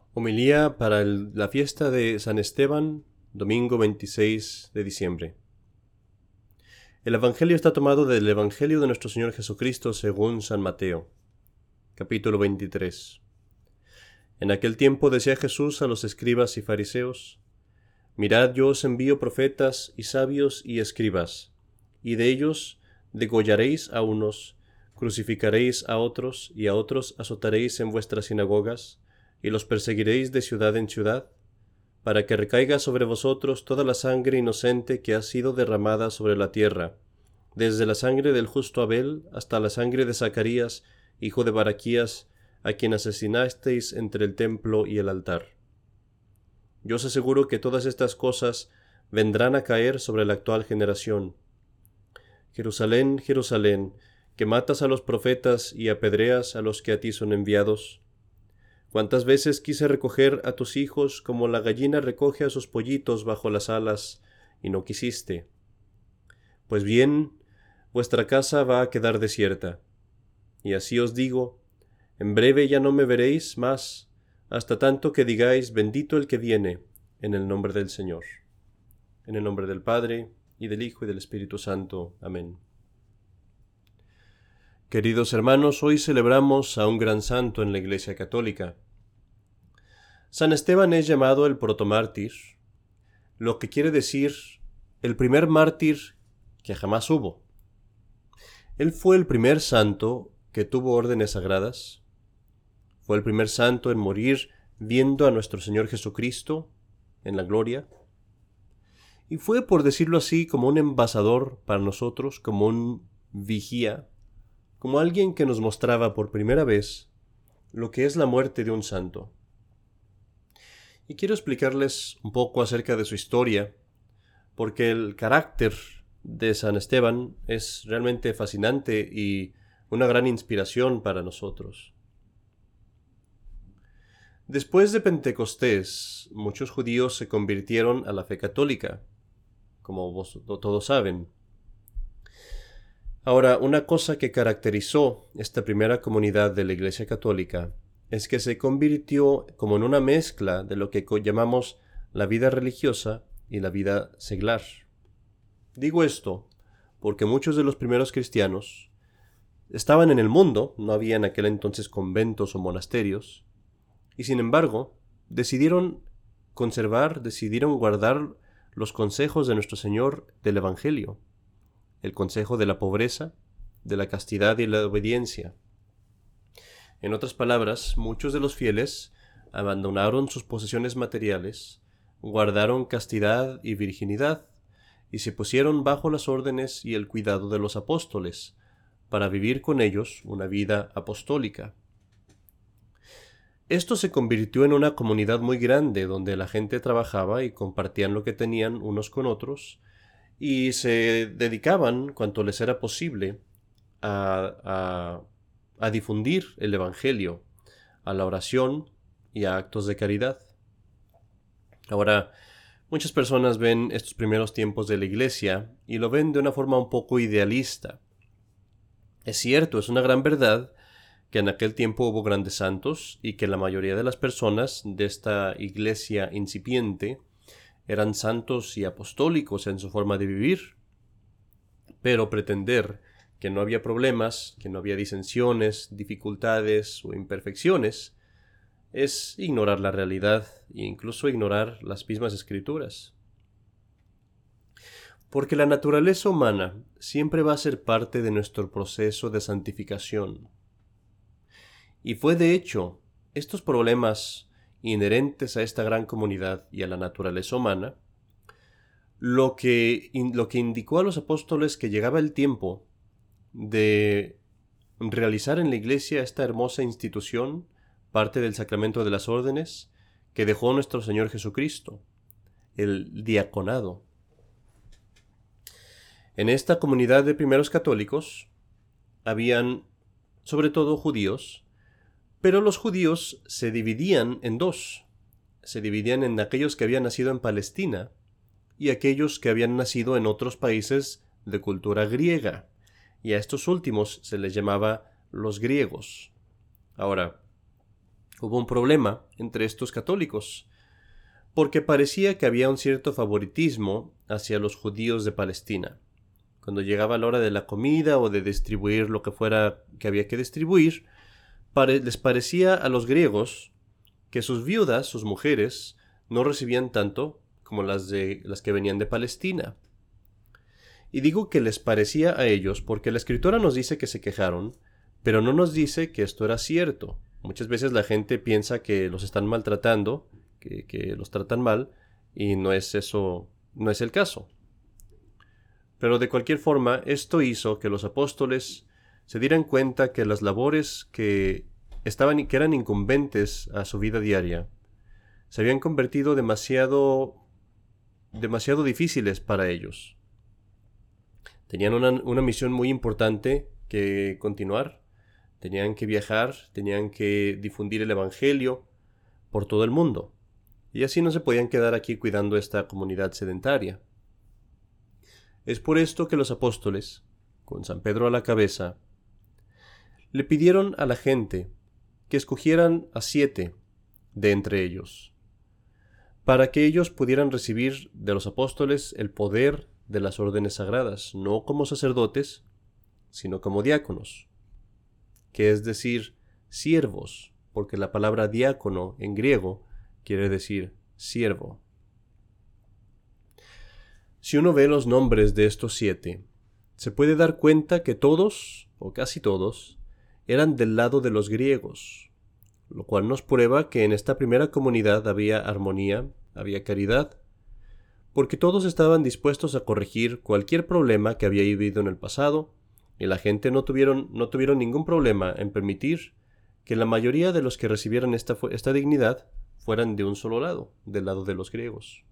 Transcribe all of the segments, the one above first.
Homilía para la fiesta de San Esteban, domingo 26 de diciembre. El Evangelio está tomado del Evangelio de nuestro Señor Jesucristo según San Mateo, capítulo 23. En aquel tiempo decía Jesús a los escribas y fariseos: Mirad, yo os envío profetas y sabios y escribas, y de ellos degollaréis a unos, crucificaréis a otros, y a otros azotaréis en vuestras sinagogas, y los perseguiréis de ciudad en ciudad, para que recaiga sobre vosotros toda la sangre inocente que ha sido derramada sobre la tierra, desde la sangre del justo Abel hasta la sangre de Zacarías, hijo de Baraquías, a quien asesinasteis entre el templo y el altar. Yo os aseguro que todas estas cosas vendrán a caer sobre la actual generación. Jerusalén, Jerusalén, que matas a los profetas y apedreas a los que a ti son enviados. ¿Cuántas veces quise recoger a tus hijos como la gallina recoge a sus pollitos bajo las alas, y no quisiste? Pues bien, vuestra casa va a quedar desierta. Y así os digo, en breve ya no me veréis más, hasta tanto que digáis: bendito el que viene, en el nombre del Señor. En el nombre del Padre, y del Hijo, y del Espíritu Santo. Amén. Queridos hermanos, hoy celebramos a un gran santo en la Iglesia Católica. San Esteban es llamado el protomártir, lo que quiere decir el primer mártir que jamás hubo. Él fue el primer santo que tuvo órdenes sagradas, fue el primer santo en morir viendo a nuestro Señor Jesucristo en la gloria, y fue, por decirlo así, como un embajador para nosotros, como un vigía, como alguien que nos mostraba por primera vez lo que es la muerte de un santo. Y quiero explicarles un poco acerca de su historia, porque el carácter de San Esteban es realmente fascinante y una gran inspiración para nosotros. Después de Pentecostés, muchos judíos se convirtieron a la fe católica, como todos saben. Ahora, una cosa que caracterizó esta primera comunidad de la Iglesia Católica es que se convirtió como en una mezcla de lo que llamamos la vida religiosa y la vida seglar. Digo esto porque muchos de los primeros cristianos estaban en el mundo, no había en aquel entonces conventos o monasterios, y sin embargo decidieron guardar los consejos de nuestro Señor del Evangelio, el consejo de la pobreza, de la castidad y la obediencia. En otras palabras, muchos de los fieles abandonaron sus posesiones materiales, guardaron castidad y virginidad, y se pusieron bajo las órdenes y el cuidado de los apóstoles, para vivir con ellos una vida apostólica. Esto se convirtió en una comunidad muy grande, donde la gente trabajaba y compartían lo que tenían unos con otros, y se dedicaban, cuanto les era posible, a difundir el Evangelio, a la oración y a actos de caridad. Ahora, muchas personas ven estos primeros tiempos de la Iglesia y lo ven de una forma un poco idealista. Es cierto, es una gran verdad que en aquel tiempo hubo grandes santos y que la mayoría de las personas de esta Iglesia incipiente eran santos y apostólicos en su forma de vivir. Pero pretender que no había problemas, que no había disensiones, dificultades o imperfecciones, es ignorar la realidad e incluso ignorar las mismas Escrituras. Porque la naturaleza humana siempre va a ser parte de nuestro proceso de santificación. Y fue de hecho estos problemas inherentes a esta gran comunidad y a la naturaleza humana lo que indicó a los apóstoles que llegaba el tiempo de realizar en la Iglesia esta hermosa institución, parte del sacramento de las órdenes, que dejó nuestro Señor Jesucristo, el diaconado. En esta comunidad de primeros católicos habían sobre todo judíos, pero los judíos se dividían en dos. Se dividían en aquellos que habían nacido en Palestina y aquellos que habían nacido en otros países de cultura griega, y a estos últimos se les llamaba los griegos. Ahora, Hubo un problema entre estos católicos, porque parecía que había un cierto favoritismo hacia los judíos de Palestina. Cuando llegaba la hora de la comida o de distribuir lo que fuera que había que distribuir, les parecía a los griegos que sus viudas, sus mujeres, no recibían tanto como las que venían de Palestina. Y digo que les parecía a ellos porque la Escritura nos dice que se quejaron, pero no nos dice que esto era cierto. Muchas veces la gente piensa que los están maltratando, que los tratan mal, y no es eso, no es el caso. Pero de cualquier forma, esto hizo que los apóstoles se dieran cuenta que las labores que eran incumbentes a su vida diaria se habían convertido demasiado difíciles para ellos. Tenían una misión muy importante que continuar. Tenían que viajar, tenían que difundir el Evangelio por todo el mundo. Y así no se podían quedar aquí cuidando esta comunidad sedentaria. Es por esto que los apóstoles, con San Pedro a la cabeza, le pidieron a la gente que escogieran a 7 de entre ellos, para que ellos pudieran recibir de los apóstoles el poder de las órdenes sagradas, no como sacerdotes, sino como diáconos, que es decir, siervos, porque la palabra diácono en griego quiere decir siervo. Si uno ve los nombres de estos 7, se puede dar cuenta que todos, o casi todos, eran del lado de los griegos, lo cual nos prueba que en esta primera comunidad había armonía, había caridad, porque todos estaban dispuestos a corregir cualquier problema que había habido en el pasado, y la gente no tuvieron ningún problema en permitir que la mayoría de los que recibieran esta dignidad fueran de un solo lado, del lado de los griegos.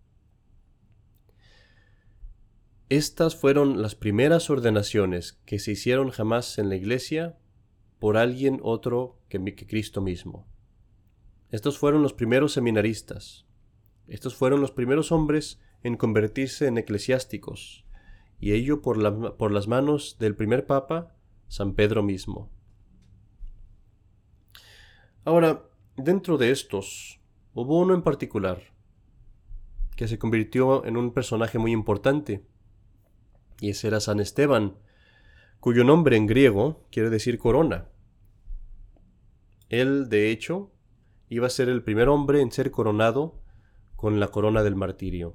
Estas fueron las primeras ordenaciones que se hicieron jamás en la Iglesia por alguien otro que Cristo mismo. Estos fueron los primeros seminaristas. Estos fueron los primeros hombres en convertirse en eclesiásticos, y ello por las manos del primer Papa, San Pedro mismo. Ahora, dentro de estos, hubo uno en particular que se convirtió en un personaje muy importante, y ese era San Esteban, cuyo nombre en griego quiere decir corona. Él, de hecho, iba a ser el primer hombre en ser coronado con la corona del martirio.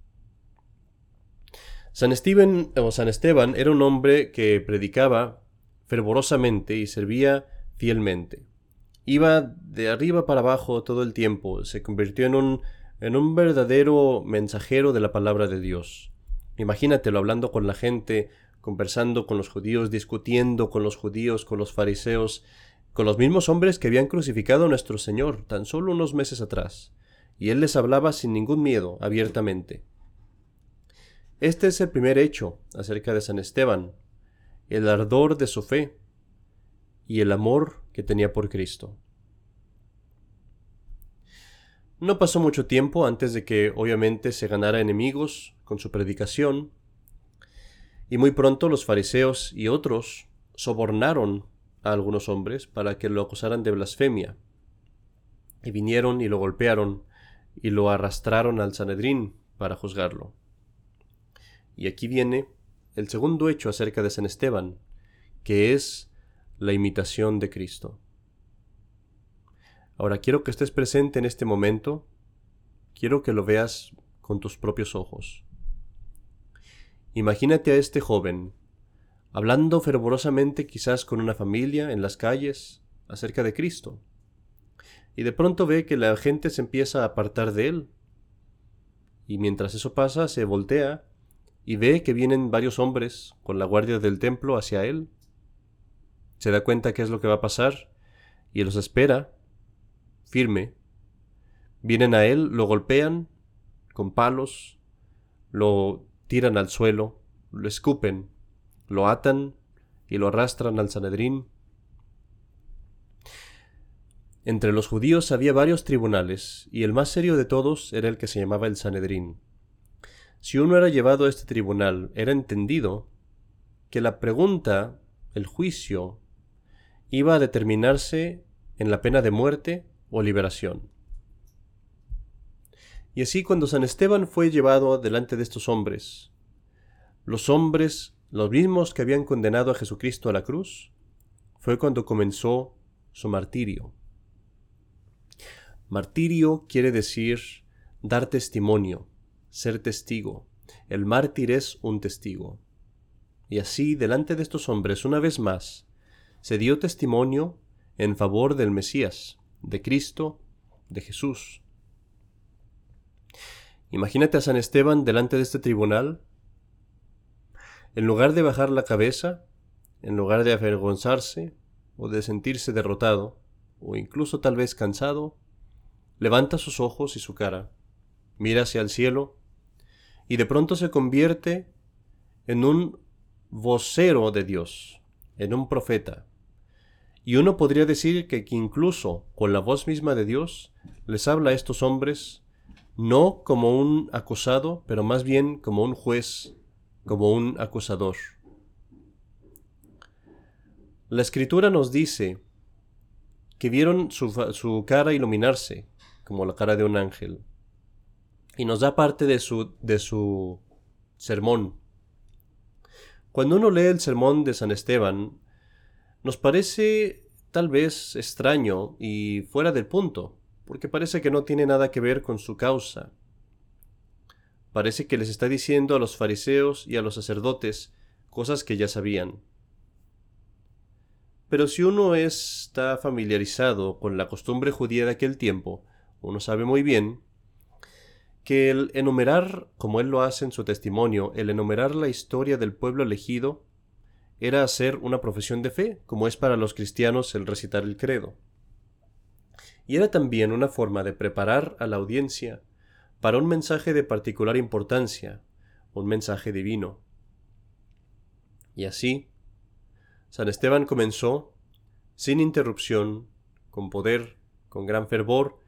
San Esteban era un hombre que predicaba fervorosamente y servía fielmente. Iba de arriba para abajo todo el tiempo, se convirtió en un verdadero mensajero de la palabra de Dios. Imagínatelo hablando con la gente, conversando con los judíos, discutiendo con los judíos, con los fariseos, con los mismos hombres que habían crucificado a nuestro Señor tan solo unos meses atrás, y él les hablaba sin ningún miedo, abiertamente. Este es el primer hecho acerca de San Esteban, el ardor de su fe y el amor que tenía por Cristo. No pasó mucho tiempo antes de que obviamente se ganara enemigos con su predicación, y muy pronto los fariseos y otros sobornaron a algunos hombres para que lo acusaran de blasfemia, y vinieron y lo golpearon y lo arrastraron al Sanedrín para juzgarlo. Y aquí viene el segundo hecho acerca de San Esteban, que es la imitación de Cristo. Ahora quiero que estés presente en este momento, quiero que lo veas con tus propios ojos. Imagínate a este joven, hablando fervorosamente quizás con una familia en las calles acerca de Cristo, y de pronto ve que la gente se empieza a apartar de él, y mientras eso pasa se voltea y ve que vienen varios hombres con la guardia del templo hacia él. Se da cuenta qué es lo que va a pasar y los espera, firme. Vienen a él, lo golpean con palos, lo tiran al suelo, lo escupen, lo atan y lo arrastran al Sanedrín. Entre los judíos había varios tribunales, y el más serio de todos era el que se llamaba el Sanedrín. Si uno era llevado a este tribunal, era entendido que la pregunta, el juicio, iba a determinarse en la pena de muerte o liberación. Y así cuando San Esteban fue llevado delante de estos hombres, los mismos que habían condenado a Jesucristo a la cruz, fue cuando comenzó su martirio. Martirio quiere decir dar testimonio, ser testigo. El mártir es un testigo. Y así, delante de estos hombres, una vez más, se dio testimonio en favor del Mesías, de Cristo, de Jesús. Imagínate a San Esteban delante de este tribunal. En lugar de bajar la cabeza, en lugar de avergonzarse o de sentirse derrotado, o incluso tal vez cansado, levanta sus ojos y su cara, mira hacia el cielo, y de pronto se convierte en un vocero de Dios, en un profeta. Y uno podría decir que incluso con la voz misma de Dios les habla a estos hombres no como un acusado, pero más bien como un juez, como un acusador. La Escritura nos dice que vieron su cara iluminarse, como la cara de un ángel, y nos da parte de su sermón. Cuando uno lee el sermón de San Esteban, nos parece tal vez extraño y fuera del punto, porque parece que no tiene nada que ver con su causa. Parece que les está diciendo a los fariseos y a los sacerdotes cosas que ya sabían. Pero si uno está familiarizado con la costumbre judía de aquel tiempo, uno sabe muy bien que el enumerar, como él lo hace en su testimonio, el enumerar la historia del pueblo elegido era hacer una profesión de fe, como es para los cristianos el recitar el credo. Y era también una forma de preparar a la audiencia para un mensaje de particular importancia, un mensaje divino. Y así, San Esteban comenzó, sin interrupción, con poder, con gran fervor,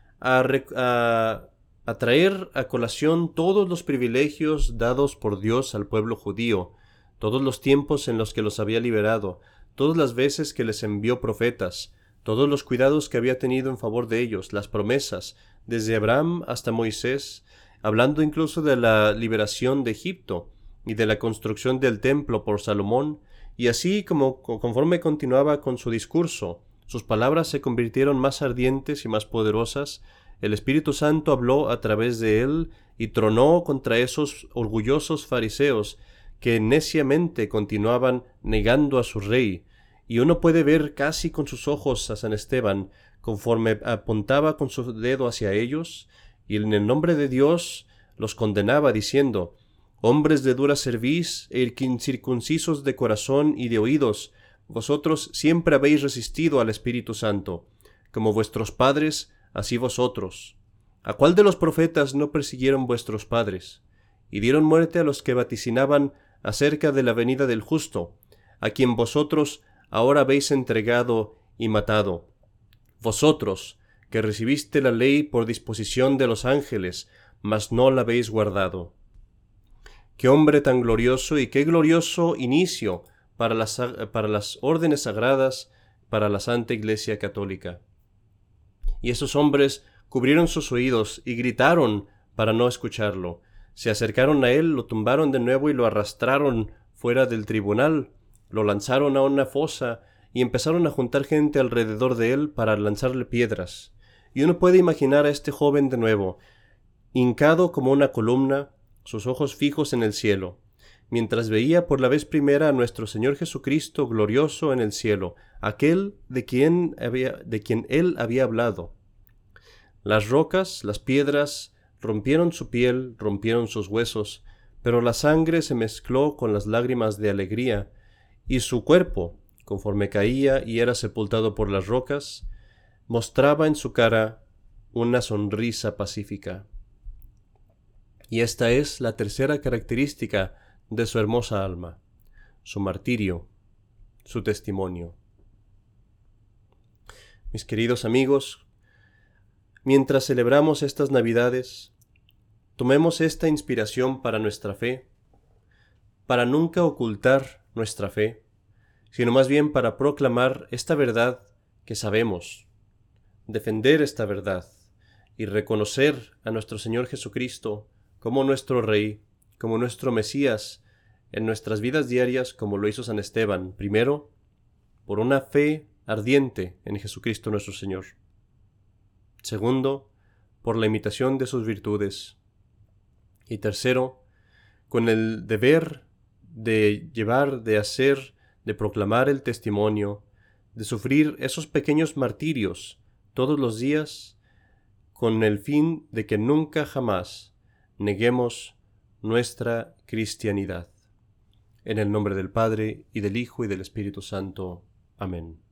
a traer a colación todos los privilegios dados por Dios al pueblo judío, todos los tiempos en los que los había liberado, todas las veces que les envió profetas, todos los cuidados que había tenido en favor de ellos, las promesas, desde Abraham hasta Moisés, hablando incluso de la liberación de Egipto y de la construcción del templo por Salomón, y así conforme continuaba con su discurso, sus palabras se convirtieron más ardientes y más poderosas. El Espíritu Santo habló a través de él y tronó contra esos orgullosos fariseos que neciamente continuaban negando a su rey, y uno puede ver casi con sus ojos a San Esteban conforme apuntaba con su dedo hacia ellos, y en el nombre de Dios los condenaba diciendo: «Hombres de dura cerviz e incircuncisos de corazón y de oídos, vosotros siempre habéis resistido al Espíritu Santo, como vuestros padres, así vosotros. ¿A cuál de los profetas no persiguieron vuestros padres? Y dieron muerte a los que vaticinaban acerca de la venida del justo, a quien vosotros ahora habéis entregado y matado. Vosotros, que recibiste la ley por disposición de los ángeles, mas no la habéis guardado». ¡Qué hombre tan glorioso y qué glorioso inicio para las órdenes sagradas, para la Santa Iglesia Católica! Y esos hombres cubrieron sus oídos y gritaron para no escucharlo. Se acercaron a él, lo tumbaron de nuevo y lo arrastraron fuera del tribunal, lo lanzaron a una fosa y empezaron a juntar gente alrededor de él para lanzarle piedras. Y uno puede imaginar a este joven de nuevo, hincado como una columna, sus ojos fijos en el cielo, mientras veía por la vez primera a nuestro Señor Jesucristo glorioso en el cielo, aquel de quien él había hablado. Las rocas, las piedras, rompieron su piel, rompieron sus huesos, pero la sangre se mezcló con las lágrimas de alegría, y su cuerpo, conforme caía y era sepultado por las rocas, mostraba en su cara una sonrisa pacífica. Y esta es la tercera característica de su hermosa alma, su martirio, su testimonio. Mis queridos amigos, mientras celebramos estas Navidades, tomemos esta inspiración para nuestra fe, para nunca ocultar nuestra fe, sino más bien para proclamar esta verdad que sabemos defender esta verdad y reconocer a nuestro Señor Jesucristo como nuestro Rey, como nuestro Mesías en nuestras vidas diarias, como lo hizo San Esteban, primero, por una fe ardiente en Jesucristo nuestro Señor. Segundo, por la imitación de sus virtudes. Y tercero, con el deber de llevar, de hacer, de proclamar el testimonio, de sufrir esos pequeños martirios todos los días, con el fin de que nunca jamás neguemos nuestra cristianidad. En el nombre del Padre, y del Hijo, y del Espíritu Santo. Amén.